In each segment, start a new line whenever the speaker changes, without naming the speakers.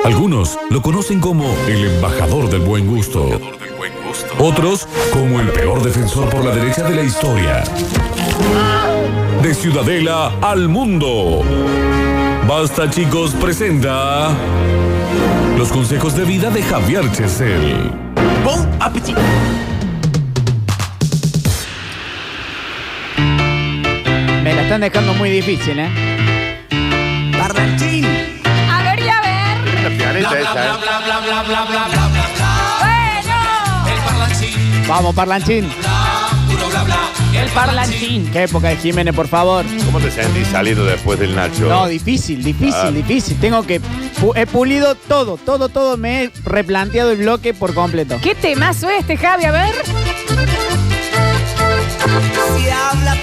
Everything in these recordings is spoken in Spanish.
Algunos lo conocen como el embajador del buen gusto. Otros como el peor defensor por la derecha de la historia. De Ciudadela al mundo. Basta, chicos, presenta los consejos de vida de Javier Chesel.
Bon appetit.
Me la están dejando muy difícil, ¿eh?
Parlanchín.
A ver y a ver.
La pianeta
Bla,
esa,
bla,
¿eh?
bla, bla, bla, bla, bla, bla, bla, bla.
Bueno.
El parlanchín.
Vamos, parlanchín.
Bla, puro bla, bla.
El parlanchín.
¿Qué época de Jiménez, por favor?
¿Cómo te sentís saliendo después del Nacho?
No, difícil.
Ah.
Tengo que... He pulido todo. Me he replanteado el bloque por completo.
¿Qué temazo este, Javi? A ver.
Si habla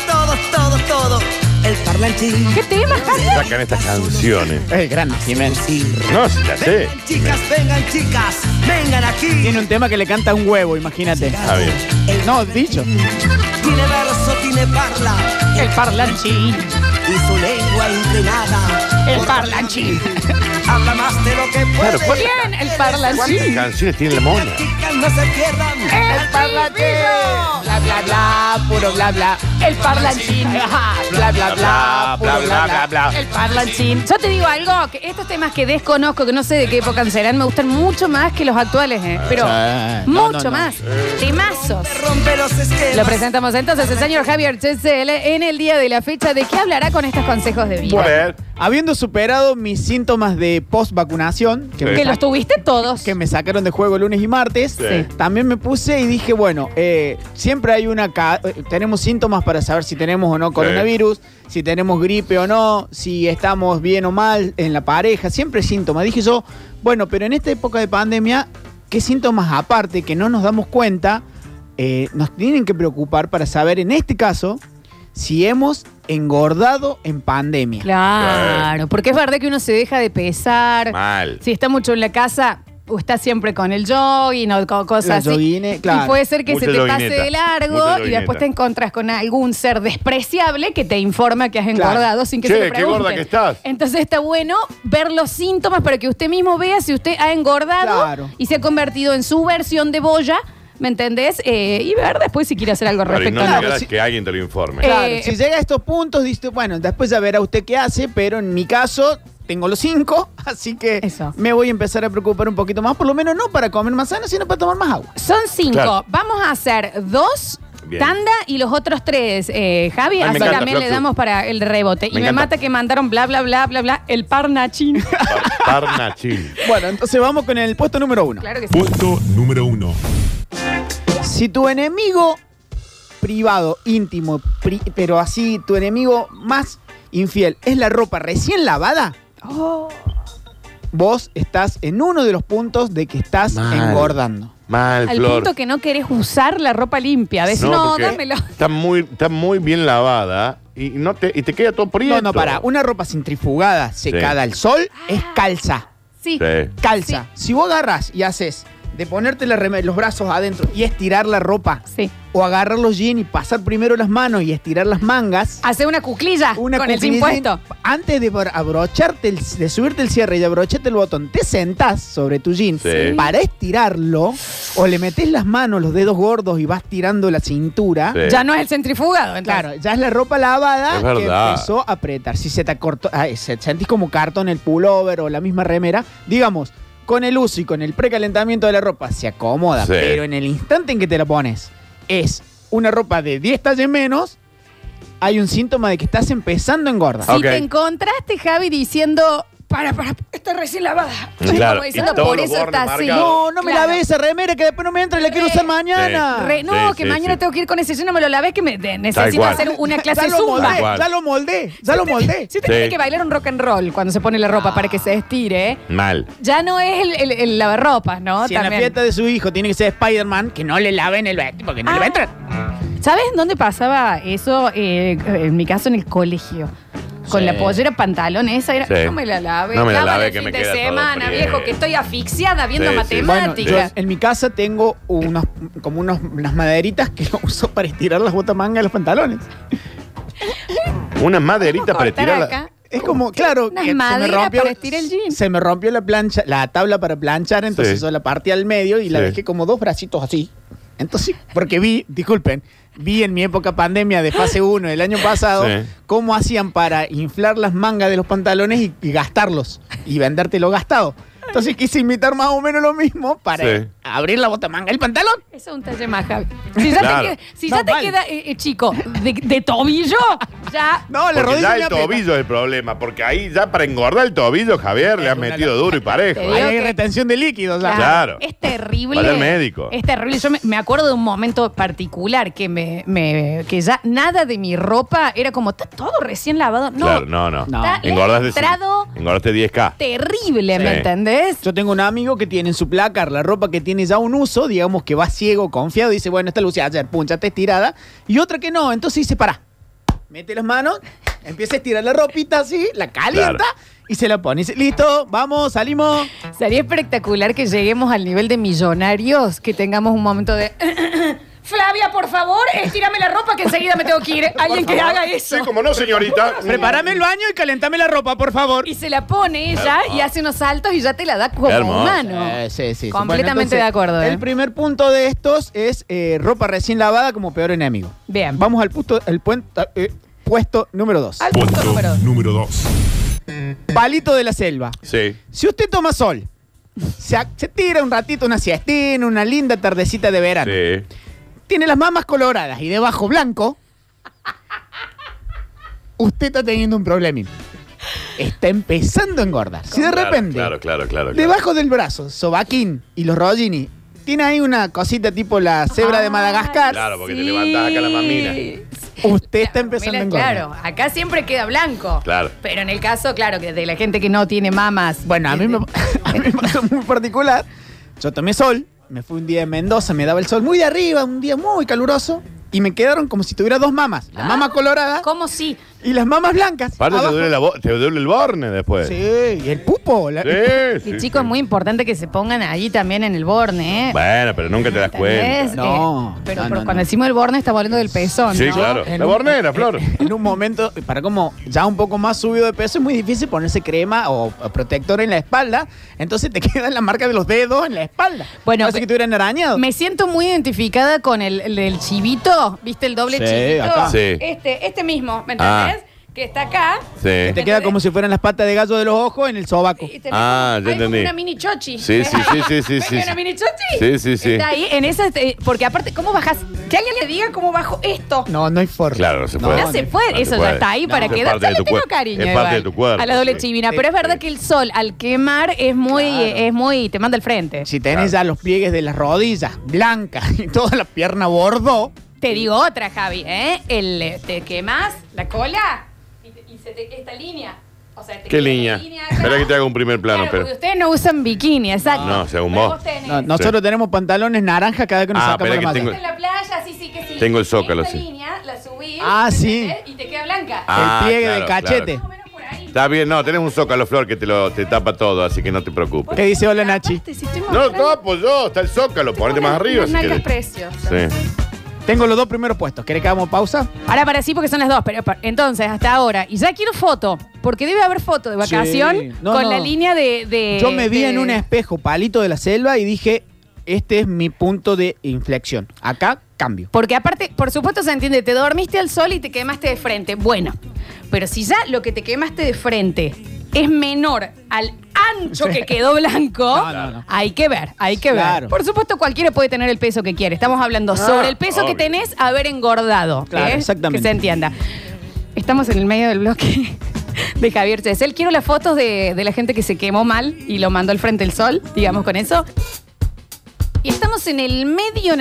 todo. El parlanchín.
¿Qué tema, Javi?
Sacan estas canciones.
Es grande Jiménez.
No, si la sé.
Vengan chicas, vengan aquí.
Tiene un tema que le canta un huevo, imagínate.
Está bien.
No, dicho.
Tiene verso, tiene parla.
El parlanchín.
Y su lengua inclinada.
El parlanchín.
Habla más de lo que puede.
Claro, ¿cuál-
Bien, el
¿Cuántas
parlanchín.
canciones tiene la mona?
Chicas, no se pierdan.
El parlanchín. Bla, bla, bla, puro bla, bla. El parlanchín. Ajá. Bla, bla, bla, puro bla, bla, bla. El parlanchín. Yo te digo algo, que estos temas que desconozco, que no sé de qué época serán, me gustan mucho más que los actuales, ¿eh? Pero mucho más. Temazos.
Rompe los esquemas.
Lo presentamos entonces el señor Javier Chesel en el día de la fecha. ¿De qué hablará con estos consejos de
A
vida?
ver.
Habiendo superado mis síntomas de post-vacunación,
Sí.
Que los tuviste todos.
que me sacaron de juego lunes y martes,
Sí.
también me puse y dije, bueno, siempre hay tenemos síntomas para saber si tenemos o no coronavirus, si tenemos gripe o no, si estamos bien o mal en la pareja, siempre hay síntomas. Dije yo, bueno, pero en esta época de pandemia, ¿qué síntomas aparte que no nos damos cuenta nos tienen que preocupar para saber, en este caso, si hemos engordado en pandemia?
Claro, porque es verdad que uno se deja de pesar.
Mal.
Si está mucho en la casa, o está siempre con el jogging o con cosas
La
así.
joguine, claro.
Y puede ser que
Mucha
se te pase
joguineta.
de largo
Mucha
y
joguineta.
después te encontrás con algún ser despreciable que te informa que has engordado sin que
Che,
se lo
qué
pregunten.
gorda que estás.
Entonces está bueno ver los síntomas para que usted mismo vea si usted ha engordado
Claro.
y se ha convertido en su versión de boya, ¿me entendés? Y ver después si quiere hacer algo
Claro, y
respecto
no
a
Claro,
esperas
sí.
que alguien te lo informe.
Claro, si llega a estos puntos, dice, bueno, después ya verá usted qué hace, pero en mi caso tengo los 5, así que
Eso.
me voy a empezar a preocupar un poquito más, por lo menos no para comer más sano, sino para tomar más agua.
Son 5.
Claro.
Vamos a hacer 2
Bien.
tanda y los otros 3, Javi.
Ay, me
Así
encanta,
también le
Floxu.
damos para el rebote. Y me
encanta.
mata que mandaron bla, bla, bla, bla, bla. El parnachín.
Parnachín.
Bueno, entonces vamos con el puesto número 1.
Claro que sí.
Puesto número 1.
Si tu enemigo privado, íntimo, pero así, tu enemigo más infiel es la ropa recién lavada, vos estás en uno de los puntos de que estás
Mal.
engordando.
Mal,
Al
Flor.
punto que no querés usar la ropa limpia. Decís, no,
porque
dámelo.
Está muy bien lavada y te queda todo prieto.
No, para, una ropa centrifugada, secada al sol, es calza.
Sí.
Sí.
Calza. Si vos agarras y haces de ponerte los brazos adentro y estirar la ropa,
Sí.
o agarrar los jeans y pasar primero las manos y estirar las mangas,
Hace una cuclilla con el jean puesto.
antes de abrocharte, de subirte el cierre y de abrocharte el botón, te sentás sobre tu jean
Sí.
para estirarlo, o le metés las manos, los dedos gordos y vas tirando la cintura.
Sí.
Ya no es el centrifugado, entonces.
Claro, ya es la ropa lavada
Es
que
verdad.
empezó a apretar. Si se te acortó, se sentís como cartón el pullover o la misma remera, digamos, con el uso y con el precalentamiento de la ropa se acomoda,
Sí.
pero en el instante en que te la pones es una ropa de 10 talles menos, hay un síntoma de que estás empezando a engordar.
Si
Ok.
te encontraste, Javi, diciendo, para, está recién lavada.
Claro,
Como diciendo,
y todos
por
los
eso
bordes
está así.
marcados.
No me
Claro.
lavé esa remera que después no me entra y la quiero usar mañana.
No,
Sí,
que
sí,
mañana
sí.
tengo que ir con ese jean, no me lo lavé, que necesito
cual.
hacer una clase
Ya
de
lo
zumba.
moldé,
cual.
ya lo moldé, ya lo moldé.
Si usted tiene
Sí.
que bailar un rock and roll cuando se pone la ropa para que se estire,
Mal.
ya no es el lavarropas, ¿no?
Si en la fiesta de su hijo tiene que ser Spider-Man, que no le laven el vestido porque no le va a entrar.
¿Sabes dónde pasaba eso? En mi caso, en el colegio. Con
Sí.
la pollera pantalón esa, era,
Sí.
no me la lave.
No me la
Lávala
lave,
el
que
fin
me
de
queda todo
semana,
prieto.
viejo, que estoy asfixiada viendo
Sí, sí.
Bueno,
matemáticas.
yo en mi casa tengo unas maderitas que lo uso para estirar las botamangas de los pantalones.
Una maderita
Vamos a
para
cortar
estirar
acá.
Es como, claro,
Una
que se me
madera
rompió.
para estirar el jean.
Se me rompió la plancha, la tabla para planchar, entonces
Sí.
yo la partí al medio y la
Sí.
dejé como dos bracitos así. Entonces, porque vi en mi época pandemia de fase 1 del año pasado,
Sí.
cómo hacían para inflar las mangas de los pantalones y gastarlos y vendértelo gastado. Entonces quise imitar más o menos lo mismo para
Sí.
abrir la botamanga del pantalón.
Eso es un talle más, Javi. Si ya
Claro.
No,
te
mal.
queda, chico, de tobillo, ya.
No, la
Porque
rodilla
ya
me
el
aprieta.
tobillo es el problema, porque ahí ya para engordar el tobillo, Javier, le has metido duro y parejo.
Te
Ahí
digo
hay
que-
retención de líquidos. ya.
Claro.
Es terrible.
Vaya al médico.
Es terrible. Yo me acuerdo de un momento particular que ya nada de mi ropa era como, está todo recién lavado. No,
Claro, no.
No.
Está entrado
Engordaste 10K.
terrible, ¿me
Sí.
entendés?
Yo tengo un amigo que tiene en su placar la ropa que tiene ya un uso, digamos que va ciego, confiado, dice, bueno, esta luce ayer, pum, ya está estirada, y otra que no, entonces dice, pará, mete las manos, empieza a estirar la ropita así, la calienta
Claro.
y se la pone. Y dice, listo, vamos, salimos.
Sería espectacular que lleguemos al nivel de millonarios, que tengamos un momento de... Flavia, por favor, estírame la ropa que enseguida me tengo que ir. Alguien que haga eso.
Sí, como no, señorita.
Prepárame el baño y calentame la ropa, por favor.
Y se la pone ella y hace unos saltos y ya te la da como
Hermoso.
humano.
Sí.
Completamente de acuerdo, ¿eh?
El primer punto de estos es ropa recién lavada como peor enemigo.
Bien.
Vamos al puesto número 2.
Al punto número 2.
número 2.
Palito de la selva.
Sí.
Si usted toma sol, se tira un ratito, una siestina, una linda tardecita de verano,
Sí.
tiene las mamas coloradas y debajo blanco, usted está teniendo un problemín. Está empezando a engordar. Si de repente,
Claro.
debajo del brazo, sobaquín y los rollini, tiene ahí una cosita tipo la cebra de Madagascar,
Claro, porque te levantás acá la mamina.
usted está empezando a engordar.
Claro, acá siempre queda blanco.
Claro.
Pero en el caso, claro, que de la gente que no tiene mamas.
Bueno, a mí me pasó muy particular. Yo tomé sol, me fui un día de Mendoza, me daba el sol muy de arriba, un día muy caluroso, y me quedaron como si tuviera dos mamas. La mama colorada
¿Cómo sí?
y las mamas blancas.
Aparte
abajo.
te duele el borne después.
Sí, y el pupo.
Y chicos, es muy importante que se pongan allí también en el borne, ¿eh?
Bueno, pero nunca te das
¿Entendés?
cuenta.
No,
pero
no,
cuando
no.
decimos el borne estamos hablando del pezón,
Sí,
¿no?
claro.
En
La
un-
bornera, Flor.
En un momento, para como ya un poco más subido de peso, es muy difícil ponerse crema o protector en la espalda. Entonces te quedan la marca de los dedos en la espalda.
Bueno,
Parece que te hubieran arañado.
Me siento muy identificada con el chivito, ¿viste el doble
Sí,
chivito?
acá.
Sí.
Este mismo, ¿me entendés? Que está acá.
Sí.
Te queda como si fueran las patas de gallo de los ojos en el sobaco.
Y tenés
Ah,
como-
ya
hay como
entendí.
una mini chochi.
Sí,
¿Ves
sí,
ahí?
sí, sí,
¿Ves
sí,
una
sí.
mini chochi?
Sí, sí, sí.
Está ahí, en esa, porque aparte, ¿cómo bajas? Que alguien le diga cómo bajo esto.
No, no hay forma.
Claro, no se
No,
puede.
Ya se puede,
No
eso
se
ya
puede.
está ahí
No,
para
es
quedar.
parte
Yo
de
le
tu
tengo
cuerpo.
cariño
Es parte
igual
de tu cuerpo,
a la doble
sí.
chivina, pero es verdad que el sol al quemar es muy, te manda al frente.
Si tenés ya los pliegues de las rodillas blancas y toda la pierna bordo,
Te digo otra, Javi, ¿eh? Te quemas la cola y se te esta línea. O sea, te
¿Qué
queda
línea?
acá.
Espera que te haga un primer plano,
Claro,
pero.
porque ustedes no usan bikini, exacto.
No, según
Pero
vos.
tenés.
no, nosotros tenemos pantalones naranjas cada vez que nos
Ah,
sacamos la
espera que
malla.
En la playa, sí, que sí.
Tengo el zócalo,
Esta
sí.
línea la subís.
Ah, sí.
¿entendés? Y te queda blanca.
Ah,
el pliegue
claro,
de cachete.
Más o menos por ahí.
Está bien, no, tenés un zócalo, Flor, que te tapa todo, así que no te preocupes.
¿Qué dice hola Nachi?
Aparte, si estoy
No,
mostrando-
tapo yo, está el zócalo, ponete más arriba
unas
si
nalgas
quieres.
preciosas.
Sí.
Tengo los dos primeros puestos. ¿Querés que hagamos pausa?
Ahora para sí, porque son las dos. Pero entonces, hasta ahora. Y ya quiero foto. Porque debe haber foto de vacación
Sí. No,
con
no.
la línea de.
Yo me vi
de-
en un espejo palito de la selva y dije, este es mi punto de inflexión. Acá cambio.
Porque aparte, por supuesto se entiende, te dormiste al sol y te quemaste de frente. Bueno, pero si ya lo que te quemaste de frente es menor al ancho que quedó blanco,
No.
hay que ver, hay que
Claro.
ver. Por supuesto, cualquiera puede tener el peso que quiere. Estamos hablando sobre el peso que
obvio.
tenés haber engordado.
Claro, exactamente.
Que se entienda. Estamos en el medio del bloque de Javier Chesel. Quiero las fotos de la gente que se quemó mal y lo mandó al frente del sol, digamos con eso. Y estamos en el medio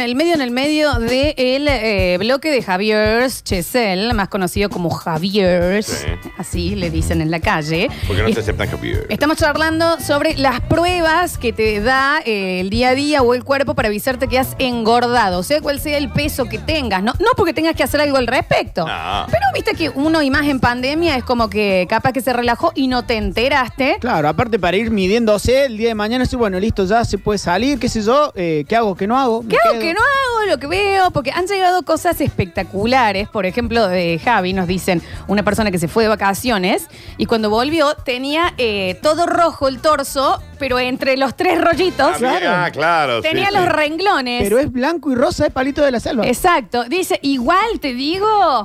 del bloque de Javier Chesel, más conocido como Javier,
Sí.
así le dicen en la calle.
Porque no
Y
te aceptan Javier.
estamos charlando sobre las pruebas que te da el día a día o el cuerpo para avisarte que has engordado, o sea, cuál sea el peso que tengas, no porque tengas que hacer algo al respecto.
No.
Pero viste que uno y más en pandemia es como que capaz que se relajó y no te enteraste.
Claro, aparte para ir midiéndose el día de mañana, sí, bueno, listo, ya se puede salir, qué sé yo, ¿qué hago? ¿Qué no hago?
¿Qué hago? ¿Qué no hago? Lo que veo, porque han llegado cosas espectaculares. Por ejemplo, de Javi nos dicen una persona que se fue de vacaciones y cuando volvió tenía todo rojo el torso, pero entre los 3 rollitos
claro.
tenía
sí,
los
sí.
renglones.
Pero es blanco y rosa, es palito de la selva.
Exacto. Dice, igual te digo...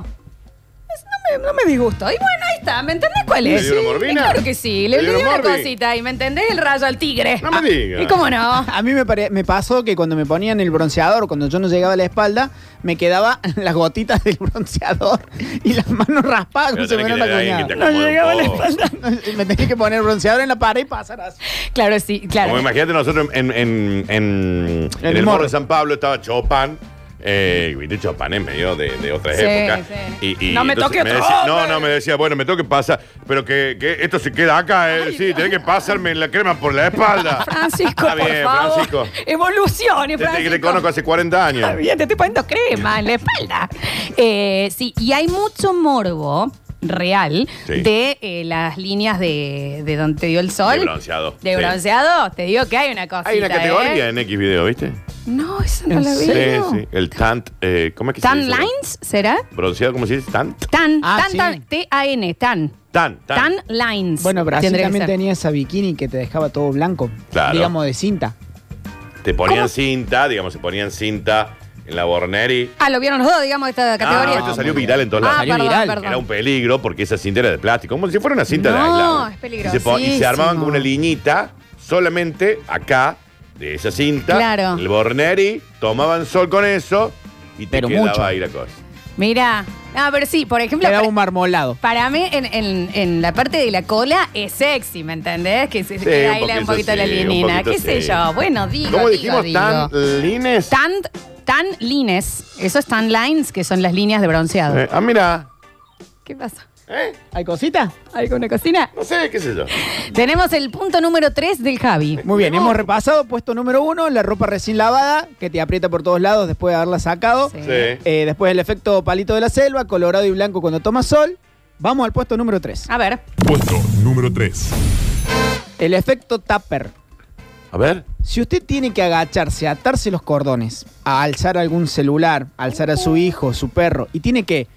No me disgustó. Y bueno, ahí está. ¿Me entendés cuál es?
¿Le dio una morbina?
Claro que sí. Le
¿Le dio
dio una
morbi?
cosita. Y ¿me entendés? El rayo al tigre.
No me digas.
¿Y cómo no?
A mí me pasó que cuando me ponían el bronceador, cuando yo no llegaba a la espalda, me quedaba las gotitas del bronceador y las manos raspadas como
Pero
si me
tenés
hubieran
que leer a alguien que te
acuñado.
acomode un
llegaba a la
poco.
espalda. Me tenía que poner bronceador en la pared y pasar así.
Claro, sí, claro.
Como imagínate nosotros en el Morro de San Pablo estaba Chopin. Viste, Chopin es medio de otra
Sí,
época.
sí.
Y
No me
entonces
toque otro
decía,
hombre.
me decía, bueno, me tengo que pasar, pero que esto se queda acá, sí, tenés que pasarme la crema por la espalda.
Francisco,
Está bien,
por favor.
Francisco.
Evolucione,
Te
Francisco.
conozco hace 40 años.
Está bien, te estoy poniendo crema en la espalda. Sí, y hay mucho morbo real
Sí.
de las líneas de donde te dio el sol.
De bronceado.
De
Sí.
bronceado, te digo que hay una cosita.
Hay una categoría
¿eh?
en X video, ¿viste?
No, eso no
¿En
la
serio?
veo.
Sí. El tant, ¿cómo es que se
¿Tan
dice?
lines será?
Bronceado, ¿cómo se dice? Tant.
Tan,
Sí.
T-A-N, tan.
Tan.
Lines.
Bueno, Brasil
Tendría que
también
ser.
tenía esa bikini que te dejaba todo blanco.
Claro.
Digamos, de cinta.
Te ponían
¿Cómo?
cinta, digamos, se ponían cinta en la Borneri.
Ah, lo vieron los dos, digamos, de esta categoría.
esto salió viral en todos lados.
Salió
perdón,
viral.
perdón.
Era un peligro porque esa cinta era de plástico, como si fuera una cinta de
No,
aislado.
es
Y
peligrosísimo.
se armaban con una liñita solamente acá de esa cinta.
Claro.
El Borneri, tomaban sol con eso y te
Pero
quedaba
mucho.
ahí la cosa.
Mira, a ver, sí, por ejemplo,
Quedaba un marmolado.
para mí en la parte de la cola es sexy, ¿me entendés? Que se queda ahí un poquito la
sí,
linina.
un poquito
¿Qué sé
sí.
yo? Bueno, digo,
¿Cómo
digo,
dijimos?
digo.
¿Tan lines?
Tan lines. Eso es tan lines, que son las líneas de bronceado.
Mira.
¿Qué pasa?
¿Hay cosita?
¿Alguna cocina?
No sé, qué sé yo.
Tenemos el punto número 3 del Javi.
Muy bien, hemos repasado. Puesto número 1, la ropa recién lavada, que te aprieta por todos lados después de haberla sacado.
Sí.
Sí.
Después el efecto palito de la selva, colorado y blanco cuando toma sol. Vamos al puesto número 3.
A ver.
Puesto número 3.
El efecto tupper.
A ver.
Si usted tiene que agacharse, atarse los cordones, a alzar algún celular, alzar a su hijo, su perro, y tiene que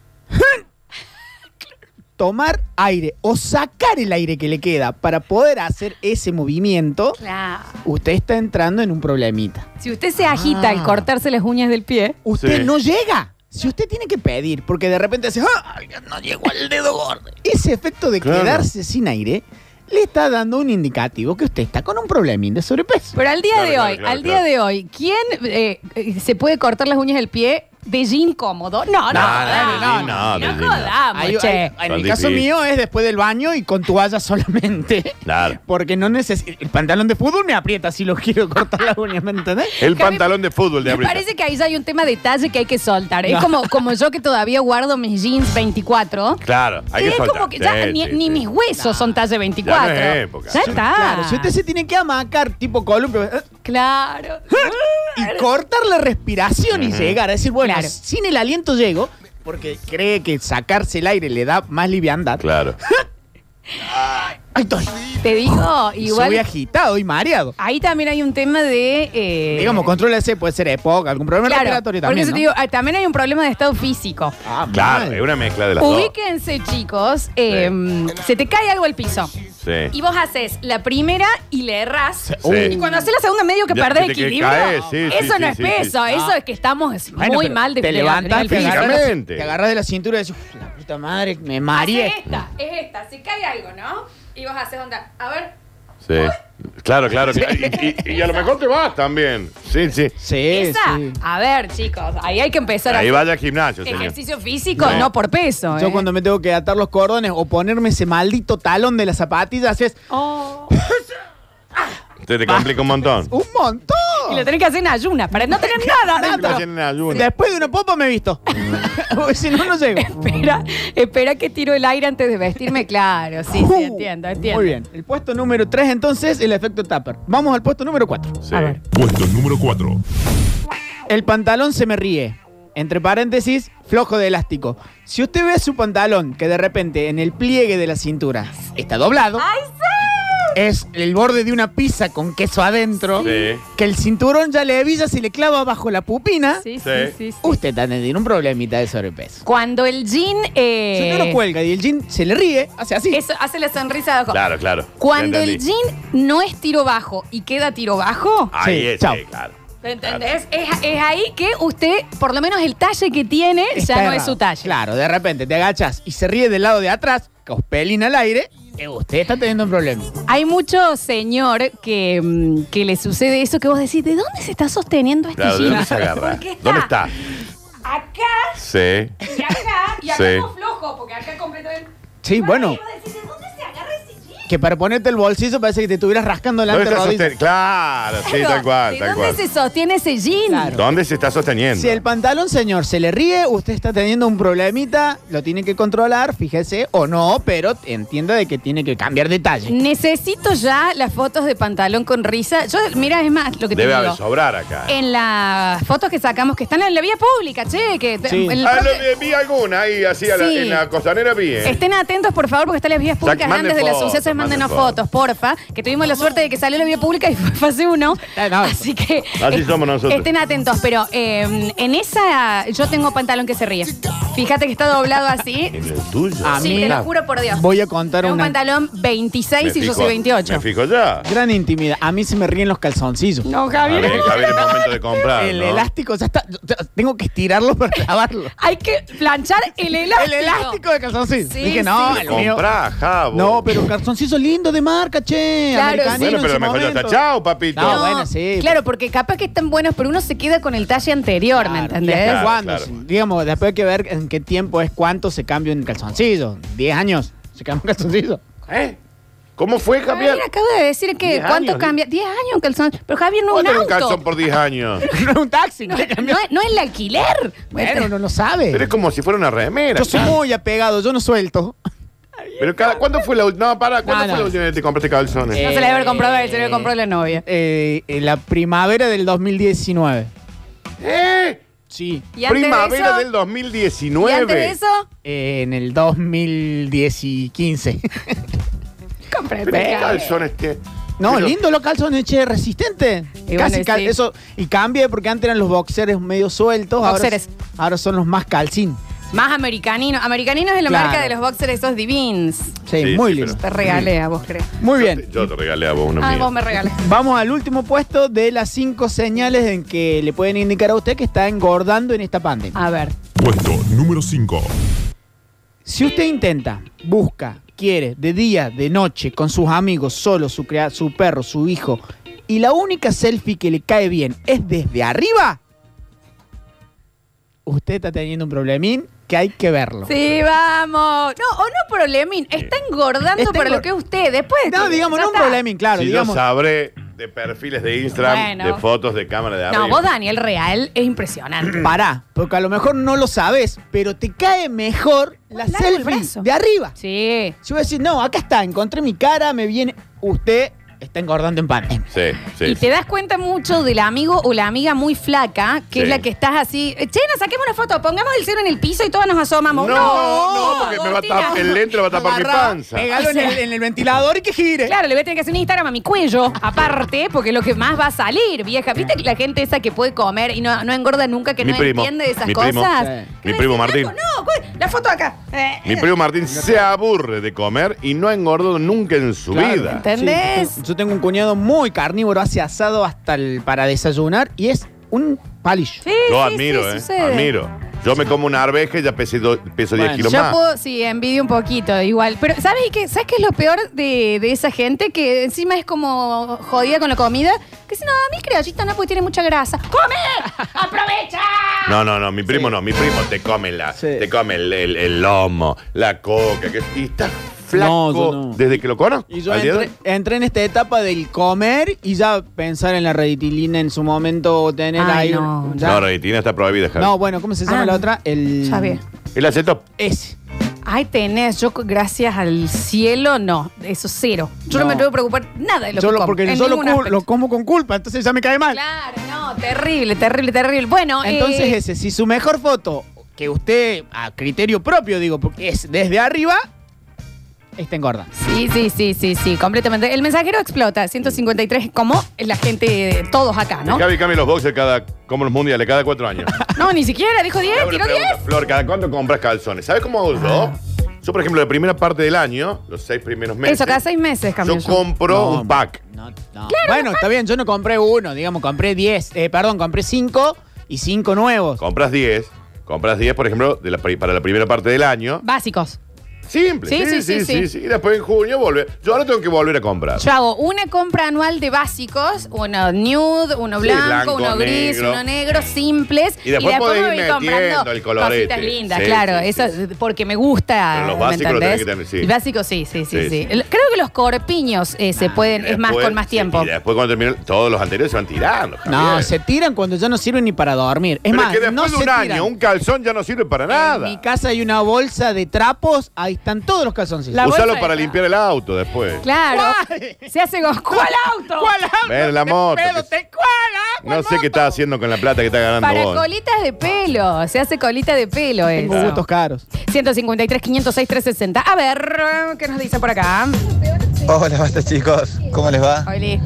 tomar aire o sacar el aire que le queda para poder hacer ese movimiento,
Claro.
usted está entrando en un problemita.
Si usted se agita al cortarse las uñas del pie.
Usted
Sí.
no llega. Si usted tiene que pedir, porque de repente hace, ¡ay, no llego al dedo gordo! Ese efecto de
Claro.
quedarse sin aire le está dando un indicativo que usted está con un problemín de sobrepeso.
Pero al día
Claro,
de
claro,
hoy,
claro,
al día
claro.
de hoy, ¿quién se puede cortar las uñas del pie de jean cómodo? No,
de jean no.
jodamos, che.
En el
Tan
caso
difícil.
mío es después del baño y con toalla solamente.
Claro.
Porque no necesito. El pantalón de fútbol me aprieta si lo quiero cortar las uñas, ¿me entendés?
El
Que a mí-
pantalón de fútbol de
Me
abril.
parece que ahí ya hay un tema de talle que hay que soltar. Es
No.
como yo que todavía guardo mis jeans 24.
Claro, hay
Y
que
es
soltar.
como que ya
Sí,
ni,
sí,
ni
sí.
mis huesos son talle 24.
Ya no es época.
Ya está.
Claro, si usted se tiene que amacar tipo columpio
Claro.
y cortar la respiración y llegar a decir, bueno,
Claro.
sin el aliento llego, porque cree que sacarse el aire le da más liviandad.
Claro.
Ahí estoy.
Te digo, igual.
Soy agitado y mareado.
Ahí también hay un tema de.
Digamos, contrólese, puede ser época, algún problema
Claro,
respiratorio
porque
también.
eso
¿no?
te digo, también hay un problema de estado físico.
Ah,
Claro,
mal.
es una mezcla de las dos.
Ubíquense, chicos. Se te cae algo al piso.
Sí.
Y vos haces la primera y le errás.
Sí.
Y cuando haces la segunda, medio que
Ya,
perdés
que te
equilibrio.
caes, sí,
eso
sí,
no
sí,
es
sí,
peso,
sí.
eso es que estamos
Bueno,
muy
pero
mal de
te levantas,
del
te
físico.
agarras,
Físicamente.
te agarras de la cintura y decís, "Uf, la puta madre, me mareé.
Hace esta. Se cae algo, ¿no? Y vos haces onda. A ver.
Sí. Claro. Y a lo mejor te vas también. Sí.
Sí,
Esa.
sí.
A ver, chicos. Ahí hay que empezar
Ahí
a
vaya al gimnasio,
hacer
señor.
ejercicio físico,
No.
no por peso.
Yo cuando me tengo que atar los cordones o ponerme ese maldito talón de las zapatillas es
Oh.
Te complica un montón.
un montón.
Y lo tenés que hacer en ayunas para no tener nada
Te
adentro.
tienen ayuda.
Después de una popa me he visto. Porque si no, no llego.
Espera que tiro el aire antes de vestirme. Claro, sí, entiendo.
Muy bien. El puesto número 3, entonces, el efecto tupper. Vamos al puesto número 4.
Sí.
A ver.
Puesto número 4.
El pantalón se me ríe. Entre paréntesis, flojo de elástico. Si usted ve su pantalón que de repente en el pliegue de la cintura está doblado,
¡Ay, sí!
es el borde de una pizza con queso adentro,
Sí.
que el cinturón ya le evilla si le clava bajo la pupina,
Sí,
Sí.
sí, sí, sí.
usted tiene un problemita de sobrepeso.
Cuando el jean...
Si usted lo cuelga y el jean se le ríe, hace así.
Eso hace la sonrisa de abajo.
Claro, claro.
Cuando
Ya
el
entendí.
jean no es tiro bajo y queda tiro bajo,
Ahí
Sí,
es,
chao.
sí, claro.
¿entendés? Es ahí que usted, por lo menos el talle que tiene,
Está
ya no
errado.
es su talle.
Claro, de repente te agachas y se ríe del lado de atrás, cospelina al aire, usted está teniendo un problema.
Hay mucho señor que le sucede eso que vos decís, ¿de dónde se está sosteniendo este
Claro, ¿de
jean?
dónde se agarra?
Porque está
¿Dónde está?
acá
Sí.
y acá, y acá
Sí.
como flojo, porque acá completamente...
Sí, bueno,
Y vos decís, ¿de dónde se agarra ese jean?
que para ponerte el bolsillo parece que te estuvieras rascando
¿Dónde
delante
está
de rodillas.
Claro, sí,
Claro,
tal cual,
¿de
tal
dónde
cual.
se sostiene ese jean?
Claro.
¿Dónde se está sosteniendo?
Si el pantalón, señor, se le ríe, usted está teniendo un problemita, lo tiene que controlar, fíjese, o no, pero entienda de que tiene que cambiar de talle.
Necesito ya las fotos de pantalón con risa. Yo, mira, es más, lo que te
Debe
digo.
haber sobrar acá.
En las fotos que sacamos que están en la vía pública, che, que
Sí.
el
Ah,
profe-
vi alguna ahí, así
Sí.
en la costanera vi.
Estén atentos, por favor, porque están las vías públicas
Manden
antes de los
fotos,
sucesos.
manden
Mándenos fotos, porfa. Que tuvimos la suerte de que salió la vía pública y fue fase 1.
No.
Así que.
Así somos nosotros.
Estén atentos, pero en esa yo tengo pantalón que se ríe. Fíjate que está doblado así.
¿En el tuyo?
A
Sí,
mí-
te lo juro por Dios.
Voy a contar
Tengo un
una
pantalón 26 y yo soy 28.
Me fijo ya.
gran intimidad. A mí se me ríen los calzoncillos.
No,
A
Javier.
ver, Javier, es momento de comprar.
El
¿no?
elástico ya está. Tengo que estirarlo para clavarlo.
Hay que planchar el elástico.
El elástico de calzoncillo.
Sí,
Dije, no,
sí.
el mío.
Comprá, Javo.
No, pero calzoncillo lindo de marca, che.
Claro,
americanino
Bueno,
en
pero
su
mejor ya está
momento.
chao, papito.
No, bueno, sí.
Claro, porque capaz que están buenos, pero uno se queda con el talle anterior, ¿me
Claro,
entendés?
¿y hasta
Claro,
cuándo?
claro.
Digamos, después hay que ver en qué tiempo es cuánto se cambia en calzoncillo. 10 años se cambia un calzoncillo.
¿Eh? ¿Cómo fue, Javier?
Javier acaba de decir que
10
¿cuánto
años,
cambia? 10 años un calzón. Pero Javier no es un
¿Cuánto era un
auto.
calzón por 10 años?
No es un taxi.
No,
que cambia.
no es el alquiler.
Bueno, no lo sabe.
Pero es como si fuera una remera.
Yo soy muy apegado, yo no suelto.
Pero ¿cuándo fue la última? No, para, ¿cuándo
No,
fue
no.
la última vez que te compraste calzones?
No se le debe haber comprado a él, se le compró a la novia.
En la primavera del 2019.
¿Eh?
Sí.
¿Y antes de
Primavera
eso?
del 2019.
¿Y antes de eso?
En el 2015.
Compré
¿Pero qué calzones que?
No,
Pero-
lindo los calzones, che, resistente.
Y
Casi
bueno, sí.
eso. Y cambia porque antes eran los boxers medio sueltos.
Boxeres.
Ahora son los más calcín.
Más americanino. Americanino es la
Claro.
marca de los boxers esos divins.
Sí,
Sí,
muy
sí,
lindo.
Te regalé a vos, creo.
Muy bien.
Yo te regalé a vos uno
Ah,
mío.
vos me regalé.
Vamos al último puesto de las 5 señales en que le pueden indicar a usted que está engordando en esta pandemia.
A ver.
Puesto número 5.
Si usted intenta, busca, quiere, de día, de noche, con sus amigos, solo, su perro, su hijo, y la única selfie que le cae bien es desde arriba, usted está teniendo un problemín que hay que verlo.
Sí, vamos. No, o no problemín. Está engordando
Está
para
engor-
lo que es usted. Después.
No, digamos,
ya
no un
está.
problemín, claro,
si
digamos.
yo sabré de perfiles de Instagram,
Bueno.
de fotos de cámara de arriba.
No, vos, Daniel Real, es impresionante.
Pará, porque a lo mejor no lo sabes, pero te cae mejor la
Largo el
selfie
brazo.
de arriba.
Sí.
Yo voy a decir, no, acá está, encontré mi cara, me viene. Usted está engordando en pandemia.
Sí, sí.
Y te das cuenta mucho del amigo o la amiga muy flaca, que
Sí.
es la que estás así. Che, nos saquemos una foto, pongamos el celo en el piso y todas nos asomamos.
No, porque me va a
Agostina.
tapar, el lente le va a tapar mi
Agarrá,
panza.
pegalo en el ventilador y que gire.
Claro, le voy a tener que hacer un Instagram a mi cuello, aparte, porque es lo que más va a salir, vieja. ¿Viste que la gente esa que puede comer y no engorda nunca, que
Mi
no
primo,
entiende de esas
mi
cosas?
primo.
Sí.
Que
Mi
me
primo
dice,
Martín.
"Flaco, no, la foto acá.
Mi primo Martín se aburre de comer y no ha engordado nunca en su
Claro.
vida.
¿Entendés?
Sí, yo tengo un cuñado muy carnívoro, hace asado hasta para desayunar y es un palillo.
Sí,
Lo
sí,
admiro,
sí, sucede.
admiro. Yo me como una arveja y ya peso 10
Bueno,
kilos
Yo
más.
puedo, sí, envidio un poquito, igual. Pero, ¿sabes qué? ¿Sabes qué es lo peor de esa gente? Que encima es como jodida con la comida. Que si no, a mí criollita no, porque tiene mucha grasa. ¡Come! ¡Aprovecha!
No, mi primo no. Mi primo te come
Sí.
te come el lomo, la coca. Y está flaco
No, yo no.
desde que lo conozco.
Y yo
al día de hoy.
entré en esta etapa del comer y ya pensar en la reditilina en su momento, tener
Ay,
ahí.
no.
ya-
No, Reditina está prohibida, Javi.
No, bueno, ¿cómo se llama
Ah,
la otra? El.
Ya ve.
El aceto.
Ese.
Ay, tenés. Yo, gracias al cielo, no. Eso cero. Yo no,
No.
me tengo que preocupar nada de lo
Yo
que
lo-
como.
porque
en
yo
ningún
lo
aspecto.
como con culpa, entonces ya me cae mal.
Claro, no. Terrible, terrible, terrible. Bueno,
Entonces ese, si su mejor foto, que usted, a criterio propio digo, porque es desde arriba, está engordando.
Sí, completamente. El mensajero explota. 153, como la gente, todos acá, ¿no?
Gaby cambia los boxers como los mundiales, cada 4 años.
No, ni siquiera, dijo 10, tiró 10.
Flor, ¿cada cuánto compras calzones? ¿Sabes cómo hago yo? Yo, por ejemplo, la primera parte del año, los 6 primeros meses.
Eso, cada 6 meses cambio
yo compro un pack.
No. Bueno, está bien, yo no compré uno, digamos, compré 10. Compré 5 y 5 nuevos.
Compras 10, por ejemplo, para la primera parte del año.
Básicos.
Simple. Sí. Y después en junio vuelve. Yo ahora tengo que volver a comprar.
Yo hago una compra anual de básicos, uno nude, uno blanco, uno gris,
negro.
Uno negro, simples.
Y después podés
me
ir
voy comprando
metiendo el colorete.
cositas lindas,
Sí,
claro.
sí,
Eso porque me gusta.
Pero los básicos lo tenés que tener, sí.
El básico, sí.
Sí.
Creo que los corpiños se pueden, es más con más tiempo.
Y después cuando terminan, todos los anteriores se van tirando. Javier.
No, se tiran cuando ya no sirven ni para dormir. Es
Pero
más,
es que después
no
de un
se
año,
tiran.
un calzón ya no sirve para nada.
En mi casa hay una bolsa de trapos, ahí están todos los calzoncillos.
Usalo
bolsa
para
esa.
limpiar el auto después.
Claro.
¿Cuál?
Se hace ¿cuál auto?
¿Cuál auto?
Ven la
¿Qué
moto,
pedo
que-
te- ¿Cuál?
No sé qué está haciendo con la plata que está ganando
Para
vos.
colitas de pelo. Se hace colita de pelo
Tengo
eso.
gustos caros.
153, 506, 360. A ver, ¿qué nos dicen por acá?
Hola, basta chicos, ¿cómo les va?
Oli.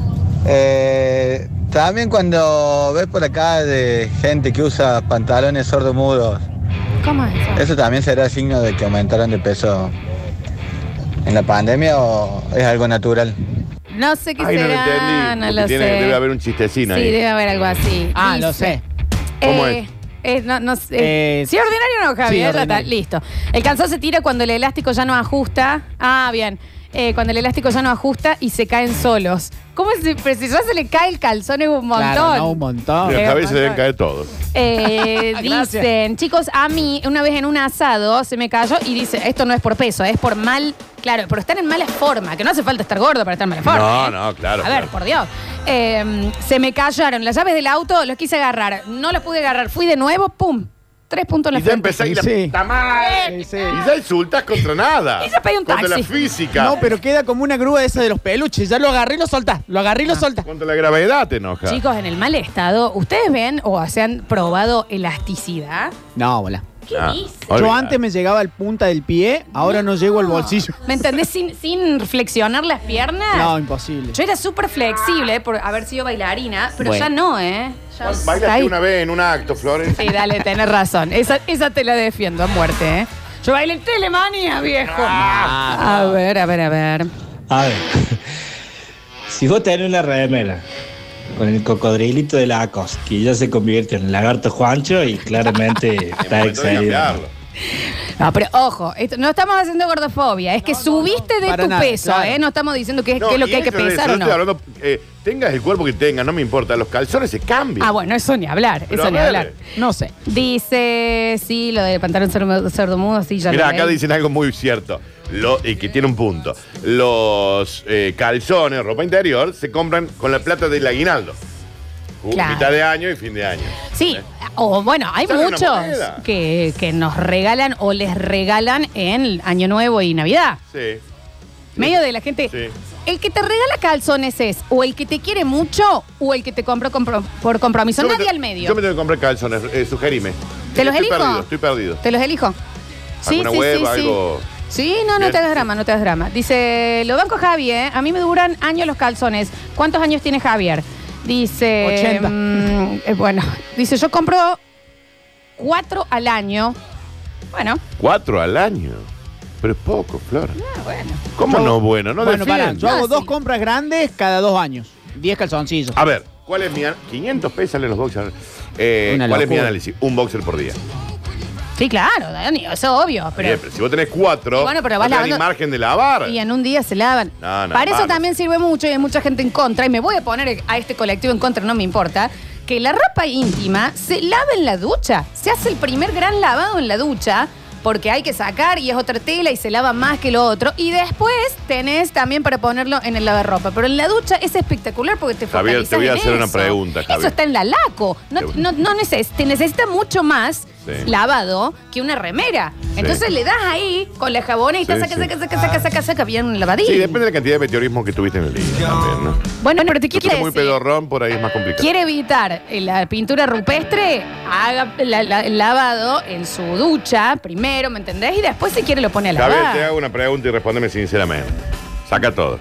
También cuando ves por acá de gente que usa pantalones sordomudos,
¿Cómo es eso?
¿eso también será signo de que aumentaron de peso en la pandemia o es algo natural?
No sé qué
Ay, no lo
será,
entendí.
no
porque
lo sé.
Debe haber un chistecino
Sí,
ahí.
debe haber algo así.
Ah,
Dice,
lo sé.
¿Cómo es?
No sé. Sí, ordinario no, Javier.
Sí,
Ya está,
ordinario.
listo. El calzón se tira cuando el elástico ya no ajusta. Ah, bien. Cuando el elástico ya no ajusta y se caen solos. ¿Cómo se, pero si ya se le cae el calzón es un montón?
Claro, no, un montón.
Mira,
Qué
Javier se deben
montón.
caer todos.
Dicen, chicos, a mí una vez en un asado se me cayó y dice, esto no es por peso, es por mal, claro, pero están en mala forma, que no hace falta estar gordo para estar en mala forma.
No,
¿eh?
no, claro,
A ver,
claro.
por Dios. Se me cayeron las llaves del auto, los quise agarrar, no los pude agarrar, fui de nuevo, pum, 3 puntos en la
Y ya
frente.
empezás y la
Sí.
puta madre.
Sí, sí.
Y ya insultas contra nada.
Y ya pedí un
Contra
taxi.
la física.
No, pero queda como una grúa esa de los peluches. Ya lo agarré y lo soltás. Lo agarré y lo soltás.
Contra la gravedad te enoja.
Chicos, en el mal estado, ¿ustedes ven o se han probado elasticidad?
No, bola.
¿Qué
Ah,
dice?
Yo
olvidá.
antes me llegaba al punta del pie, ahora no llego al bolsillo.
¿Me entendés? Sin flexionar las piernas.
No, imposible.
Yo era súper flexible por haber sido bailarina, pero
Bueno.
ya no, ¿eh? Ya
Bailaste
ahí.
una vez en un acto, Flores.
Sí, dale, tenés razón. Esa te la defiendo a muerte, ¿eh? Yo bailé en Telemanía, viejo. A ver.
A ver, si vos tenés una remera con el cocodrilito de Lacoste, que ya se convierte en el lagarto Juancho y claramente está
Momento de
excedido.
cambiarlo.
No, pero ojo, no estamos haciendo gordofobia, es que subiste de
para
tu
nada,
peso,
claro.
¿eh? No estamos diciendo qué es lo
y
que hay que
eso de
pesar
eso,
o no.
estoy hablando, tengas el cuerpo que tengas, no me importa. Los calzones se cambian.
Ah, bueno, eso ni hablar,
Pero
eso
a
ni
ver.
hablar.
No sé.
Dice, sí, lo del pantalón sordomudo, sí, ya
Mira,
lo
acá
leí.
dicen algo muy cierto y que tiene un punto. Los calzones, ropa interior, se compran con la plata del aguinaldo.
Claro.
Mitad de año y fin de año.
Sí, o bueno, hay
Sale una
muchos
moneda.
que nos regalan o les regalan en Año Nuevo y Navidad.
Sí.
Medio de la gente.
Sí.
El que te regala calzones es o el que te quiere mucho o el que te compró por compromiso.
Yo me
Nadie
te-
al medio.
Yo me tengo que comprar calzones, sugerime.
¿Te los
Estoy
elijo?
Estoy perdido.
¿Te los elijo?
¿Alguna web, algo?
Sí, no
Bien.
te hagas drama, no te hagas drama. Dice, lo banco Javier, a mí me duran años los calzones. ¿Cuántos años tiene Javier? Dice,
80.
Bueno, dice, yo compro 4 al año. Bueno,
4 al año. Pero es poco, Flor.
bueno.
¿Cómo
Yo-
no bueno? No
Bueno, pará,
defiendo.
yo hago
Ah,
2
sí.
compras grandes cada 2 años. 10 calzoncillos.
A ver, ¿cuál es mi 500 pesos salen los boxers?
Una
¿Cuál es mi
locura.
análisis? Un boxer por día.
Sí, claro, Dani, eso es obvio.
Bien, pero si vos tenés 4,
Y bueno, pero
no
vas
tenés ni
lavando-
margen de lavar.
Y en un día se lavan.
No, no,
Para eso
vamos.
también sirve mucho y hay mucha gente en contra. Y me voy a poner a este colectivo en contra, no me importa. Que la ropa íntima se lava en la ducha. Se hace el primer gran lavado en la ducha. Porque hay que sacar y es otra tela y se lava más que lo otro. Y después tenés también para ponerlo en el lavarropa. Pero en la ducha es espectacular porque te
Javier,
focalizás
te voy a
en
hacer una
eso.
pregunta, Javier.
Eso está en la laco. Te necesita mucho más lavado que una remera. Entonces le das ahí con la jabona y saca bien lavadito.
Sí, depende de la cantidad de meteorismo que tuviste en el día también, ¿no?
Bueno, pero te quiero decir,
muy pedorrón, por ahí es más complicado.
quiere evitar la pintura rupestre, haga el lavado en su ducha primero, ¿me entendés? Y después si quiere lo pone a lavar.
Javier, te hago una pregunta y respóndeme sinceramente. Saca todo.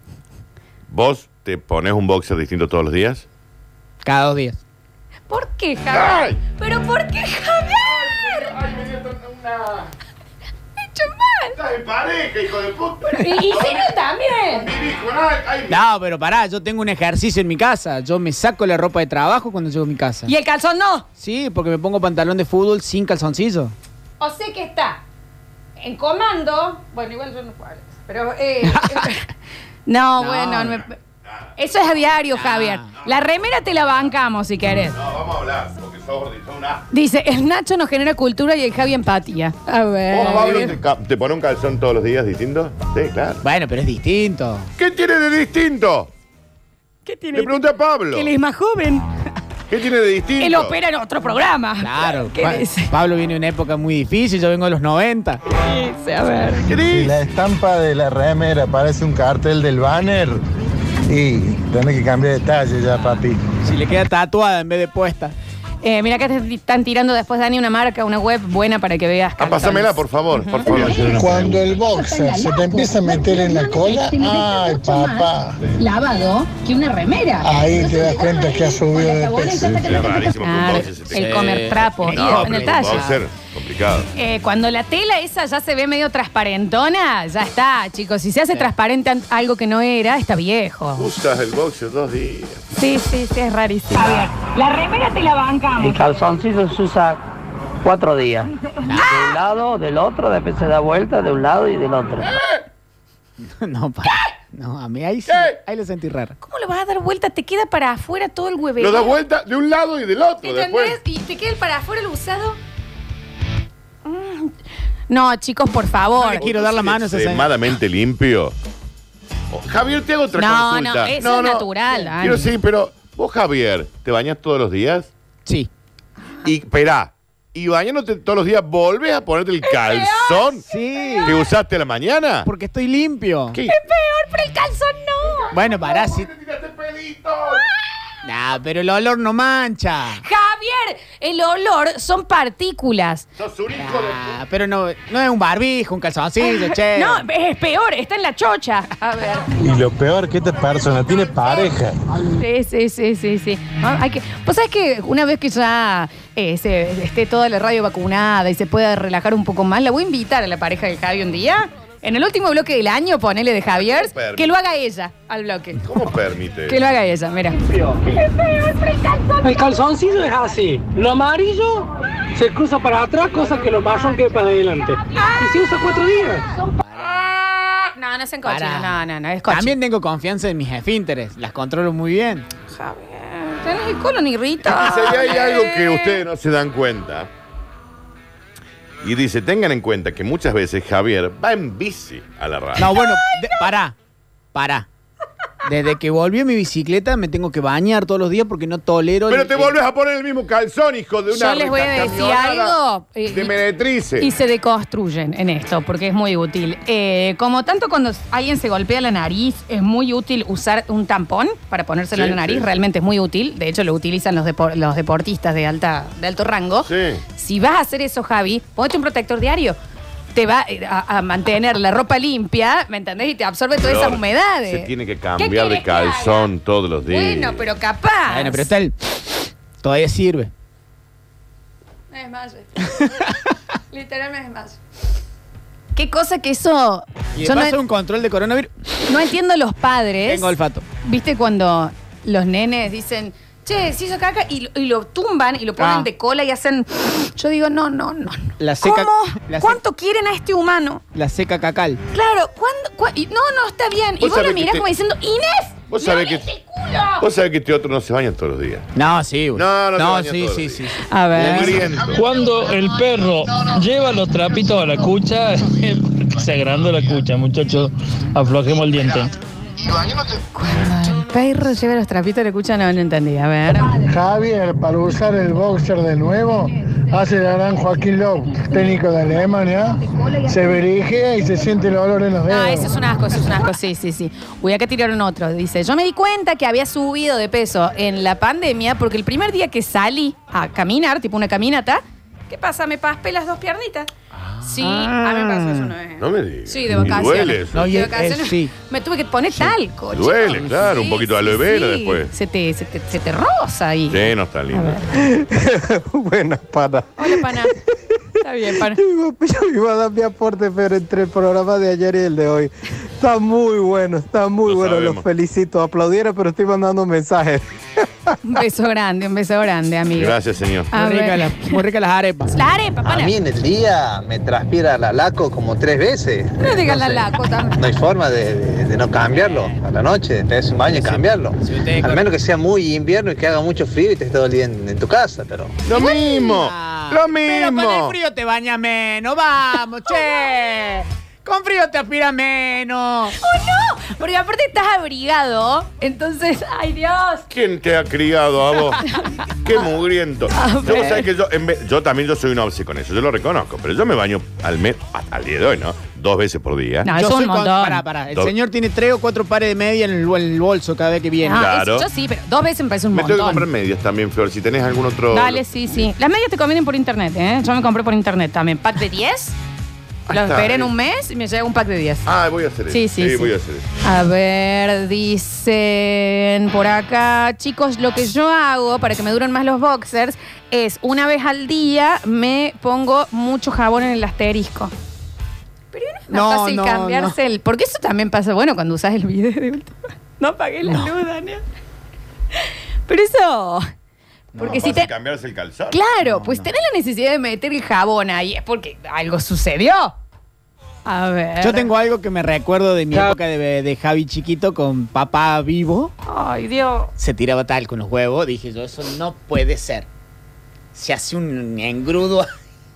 ¿Vos te pones un boxer distinto todos los días?
Cada 2 días.
¿Por qué, Javier?
¡Ay!
¿Pero por qué, Javier?
¡Ay, me dio una...
Hecho mal.
Estás en pareja, hijo de puta.
Y si no también.
Vivís con ay,
No, pero pará, yo tengo un ejercicio en mi casa. Yo me saco la ropa de trabajo cuando llego a mi casa.
¿Y el calzón no?
Sí, porque me pongo pantalón de fútbol sin calzoncillo.
O sea que está en comando. Bueno, igual yo no puedo. Pero, no, bueno. Eso es a diario, Javier. La remera te la bancamos si querés.
No, vamos a hablar, porque sos una...
Dice, el Nacho nos genera cultura y el Javi empatía. A ver.
¿Vos, Pablo, te pones un calzón todos los días distinto? Sí, claro.
Bueno, pero es distinto.
¿Qué tiene de distinto?
¿Qué tiene?
Le pregunté a Pablo.
Que él es más joven.
¿Qué tiene de distinto?
Él opera en otro programa.
Claro.
¿Qué dice?
Pablo viene de una época muy difícil, yo vengo de los 90.
Dice, a ver.
¿Qué
Si
dice?
la estampa de la remera parece un cartel del banner, y tenés que cambiar de talle ya, papi.
Si le queda tatuada en vez de puesta.
Mira que te están tirando después, Dani, una marca, una web buena para que veas.
Pásamela, por favor, por favor.
Cuando el boxer se te empieza a meter en la cola, ay, papá,
Lavado que una remera.
ahí te das cuenta que ha subido de peso.
Es rarísimo que un
Claro,
boxer se te...
el comer trapo.
No,
en el
pero un
talle.
boxer, complicado.
Cuando la tela esa ya se ve medio transparentona, ya está, chicos. Si se hace transparente algo que no era, está viejo.
Usas el boxer 2 días.
Sí, es rarísimo. La remera te la bancamos.
El calzoncillo se usa 4 días. De un lado, del otro, después se da vuelta de un lado y del otro.
No, no, a mí ahí sí, ahí lo sentí raro.
¿Cómo lo vas a dar vuelta? Te queda para afuera todo el huevero.
Lo das vuelta de un lado y del otro
¿Entendés?
después.
Y te queda el para afuera el usado. No, chicos, por favor.
No le quiero dar la mano a esa señora.
Extremadamente limpio. Oh, Javier, te hago otra consulta.
No, eso es natural, Dani.
Quiero sí, pero vos, Javier, ¿te bañas todos los días?
Sí.
Y, esperá, y bañándote todos los días, ¿volvés a ponerte el calzón
Sí.
que usaste a la mañana?
Porque estoy limpio.
¿Qué?
Es peor, pero el calzón no.
Bueno, pará, sí.
¡Te tiraste pedito!
Nah, pero el olor no mancha.
Javier, el olor son partículas.
¡Sos un hijo de...
Ah, pero no es un barbijo, un calzoncillo, che.
No, es peor, está en la chocha. A ver.
Y lo peor que esta persona tiene pareja.
Sí. Ah, Vos sabés que una vez que ya esté toda la radio vacunada y se pueda relajar un poco más, la voy a invitar a la pareja de Javi un día. En el último bloque del año, ponele de Javier, que lo haga ella al bloque.
¿Cómo permite?
Que lo haga ella, mira.
El calzoncillo es así. Lo amarillo se cruza para atrás, cosa que lo marrón quede para adelante. Y se usa 4 días.
No sean cochinos.
Pará.
No, es cochino.
También tengo confianza en mis esfínteres. Las controlo muy bien.
Javier, tenés el colon irritado.
Dice, ahí hay algo que ustedes no se dan cuenta. Y dice, tengan en cuenta que muchas veces Javier va en bici a la radio.
No, bueno, pará. Desde que volví a mi bicicleta me tengo que bañar todos los días porque no tolero...
Pero te volvés a poner el mismo calzón, hijo de una...
Yo les voy a decir
camionada
algo.
De meretrices.
Y se deconstruyen en esto, porque es muy útil. Como tanto cuando alguien se golpea la nariz, es muy útil usar un tampón para ponérselo
Sí,
en la nariz.
sí.
Realmente es muy útil. De hecho, lo utilizan los deportistas de alto rango.
Sí.
Si vas a hacer eso, Javi, ponete un protector diario. Te va a mantener la ropa limpia, ¿me entendés? Y te absorbe todas esas
Flor,
humedades.
Se tiene que
¿Qué
cambiar de
querés que haga?
calzón todos los días.
Bueno, pero capaz.
Bueno, pero está el... Todavía sirve.
Es más, literalmente es más. ¿Qué cosa que eso?
Y
Yo
va a
no,
hacer un control de coronavirus.
no entiendo los padres.
Tengo olfato.
¿Viste cuando los nenes dicen, che, se hizo caca y lo tumban y lo ponen
Ah.
de cola y hacen... Yo digo, no.
La seca-
¿Cómo?
la
¿Cuánto quieren a este humano?
La seca cacal.
Claro, y no, está bien. Y
Vos
vos lo
sabés que
mirás
te-
como diciendo, Inés,
Vos sabés que...
ese culo.
Vos sabés que este otro no se baña todos los días.
No, sí, güey.
No te bañas
sí,
todos
sí,
los
sí.
días.
A ver.
Mugriento.
Cuando el perro lleva los trapitos a la cucha, se agrandó la cucha, muchachos. Aflojemos el diente.
Cuando el perro lleva los trapitos de la cucha, no entendí. A ver.
Javier, para usar el boxer de nuevo, hace el gran Joaquín Lowe, técnico de Alemania, se berijea y se siente el olor en los dedos.
Ah, eso es un asco, sí. Uy, acá tiraron otro. Dice, yo me di cuenta que había subido de peso en la pandemia porque el primer día que salí a caminar, tipo una caminata, ¿qué pasa? Me paspé las 2 piernitas. Sí, a mí me pasó eso una vez.
No me digas.
Sí, de vacaciones.
Duele eso.
No, y
De vacaciones
sí.
me tuve que poner talco.
Duele,
chicos.
claro, un poquito de aloe vera después.
Se te roza ahí.
Sí, no está lindo.
Buenas, pana.
Hola, pana. Está bien, pana.
Yo iba a dar mi aporte, pero entre el programa de ayer y el de hoy. Está muy bueno,
Lo
los
sabemos.
felicito. Aplaudiera, pero estoy mandando mensajes.
Un beso grande, amigo.
Gracias, señor.
A ver.
Muy ricas las arepas.
La arepa,
A
pana.
mí en el día me transpira la laco como 3 veces.
No digas la
Entonces,
laco también.
No hay forma de no cambiarlo a la noche, de pegarse un baño y cambiarlo.
Si usted-
Al menos que sea muy invierno y que haga mucho frío y te estés todo el día en tu casa, pero...
Lo mismo. Lo
Pero con el
mismo.
frío te bañas menos, vamos, che. Con frío te aspira menos.
¡Oh, no! Porque aparte estás abrigado. Entonces, ¡ay, Dios!
¿Quién te ha criado a vos? Qué mugriento. Yo, vos sabés que yo también soy un obse con eso, yo lo reconozco, pero yo me baño al día de hoy, ¿no? 2 veces por día.
No,
Yo
eso es
soy
un montón.
Pará. El
Dos.
señor tiene 3 o 4 pares de media en el bolso cada vez que viene.
Ah,
Claro.
eso yo sí, pero 2 veces me parece un
Me tengo que comprar
montón.
medias también, Flor, si tenés algún otro...
Dale, sí. Las medias te convienen por internet, ¿eh? Yo me compré por internet también. Pack de 10.
Ahí
Lo
está.
esperé en un mes y me llega un pack de 10.
Ah, voy a hacer eso.
Sí.
voy a hacer eso.
A ver, dicen por acá, chicos, lo que yo hago para que me duren más los boxers es una vez al día me pongo mucho jabón en el asterisco. Pero no es más
No,
fácil
no,
cambiarse el... Porque eso también pasa, bueno, cuando usas el video de última. No apagué la luz, Daniel. Pero eso... Porque
No,
si
fácil
te...
cambiarse el calzado.
Claro, pues tenés la necesidad de meter el jabón ahí, es porque algo sucedió. A ver.
Yo tengo algo que me recuerdo de mi época de Javi chiquito con papá vivo.
Ay, Dios.
Se tiraba tal con los huevos. Dije yo, eso no puede ser. Se hace un engrudo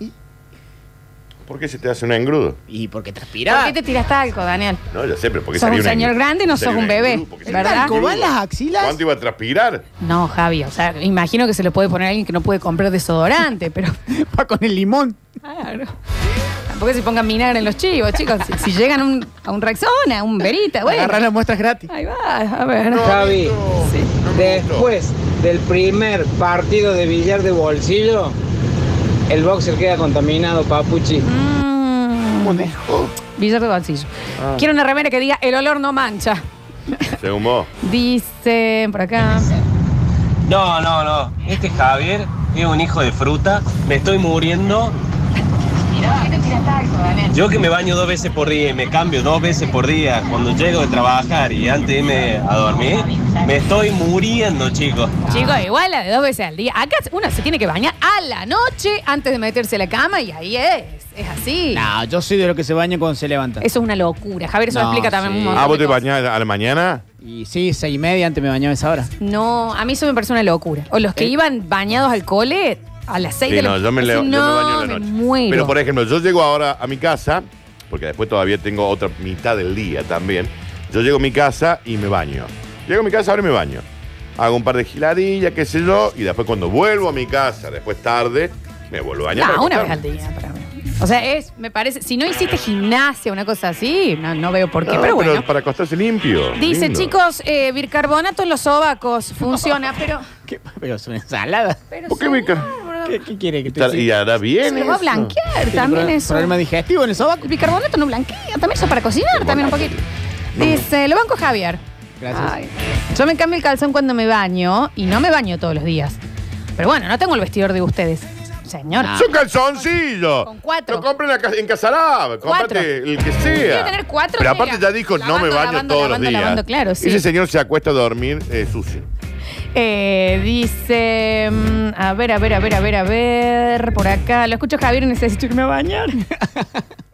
¿Por qué se te hace un engrudo?
y porque
¿Por
transpira.
qué te tiras talco, Daniel?
No, ya sé, pero porque
Sos un señor grande, no sos un bebé, ¿verdad?
¿Talco va en las axilas?
¿Cuánto iba a transpirar?
No, Javi, o sea, imagino que se lo puede poner a alguien que no puede comprar desodorante, pero...
Va con el limón.
Claro. Tampoco se pongan vinagre en los chivos, chicos. Si llegan a un Rexona, a un Verita, bueno.
Agarrar las muestras gratis.
Ahí va, a ver.
Javi,
Sí.
después del primer partido de billar de bolsillo, el boxer queda contaminado, papuchi.
Billar de bolsillo. Quiero una remera que diga, el olor no mancha.
Según vos.
Dicen por acá...
No. Este Javier es un hijo de fruta. Me estoy muriendo. Yo que me baño 2 veces por día y me cambio 2 veces por día cuando llego de trabajar y antes de irme a dormir, me estoy muriendo, chicos.
Chicos, igual la de 2 veces al día. Acá uno se tiene que bañar a la noche antes de meterse a la cama y ahí es así.
No, yo soy de los que se baña cuando se levanta.
Eso es una locura. Javier, eso
No,
explica también
sí.
un montón.
Ah, ¿vos
de
te
cosas.
bañás a la mañana?
Y sí, 6:30 antes me bañaba a esa hora.
No, a mí eso me parece una locura. O los que iban bañados al cole a las 6
Sí,
de la
no, yo me baño en la
me
noche.
muero.
Pero, por ejemplo, yo llego ahora a mi casa, porque después todavía tengo otra mitad del día también. Yo llego a mi casa y me baño. Llego a mi casa ahora y me baño. Hago un par de giladillas, qué sé yo, y después cuando vuelvo a mi casa, después tarde, me vuelvo a bañar.
No,
para
una vez
acostarme.
al día para mí. O sea, me parece, si no hiciste gimnasia, una cosa así, no veo por qué,
No,
pero bueno.
para acostarse limpio.
Dice,
lindo.
chicos, bicarbonato en los sobacos, funciona, pero...
¿Qué? Pero es una ensalada.
pero
¿Por qué
señor,
bica-
¿Qué quiere que te
Está-
diga?
Y hará bien
se lo va a
eso.
blanquear también eso.
¿Problema digestivo en el sobaco?
El bicarbonato no blanquea, también eso para cocinar, también un poquito. Dice, lo banco Javier.
Gracias.
Ay, yo me cambio el calzón cuando me baño y no me baño todos los días. Pero bueno, no tengo el vestidor de ustedes. Señor.
¡Son calzoncillos!
Con 4.
Lo compren en Casalab. Cómprate el que sea.
Quiero tener 4.
Pero aparte ya dijo, no me baño todos los días.
Lavando, claro, sí.
Ese señor se acuesta a dormir sucio.
Dice, a ver, por acá. Lo escucho Javier y necesito irme a bañar.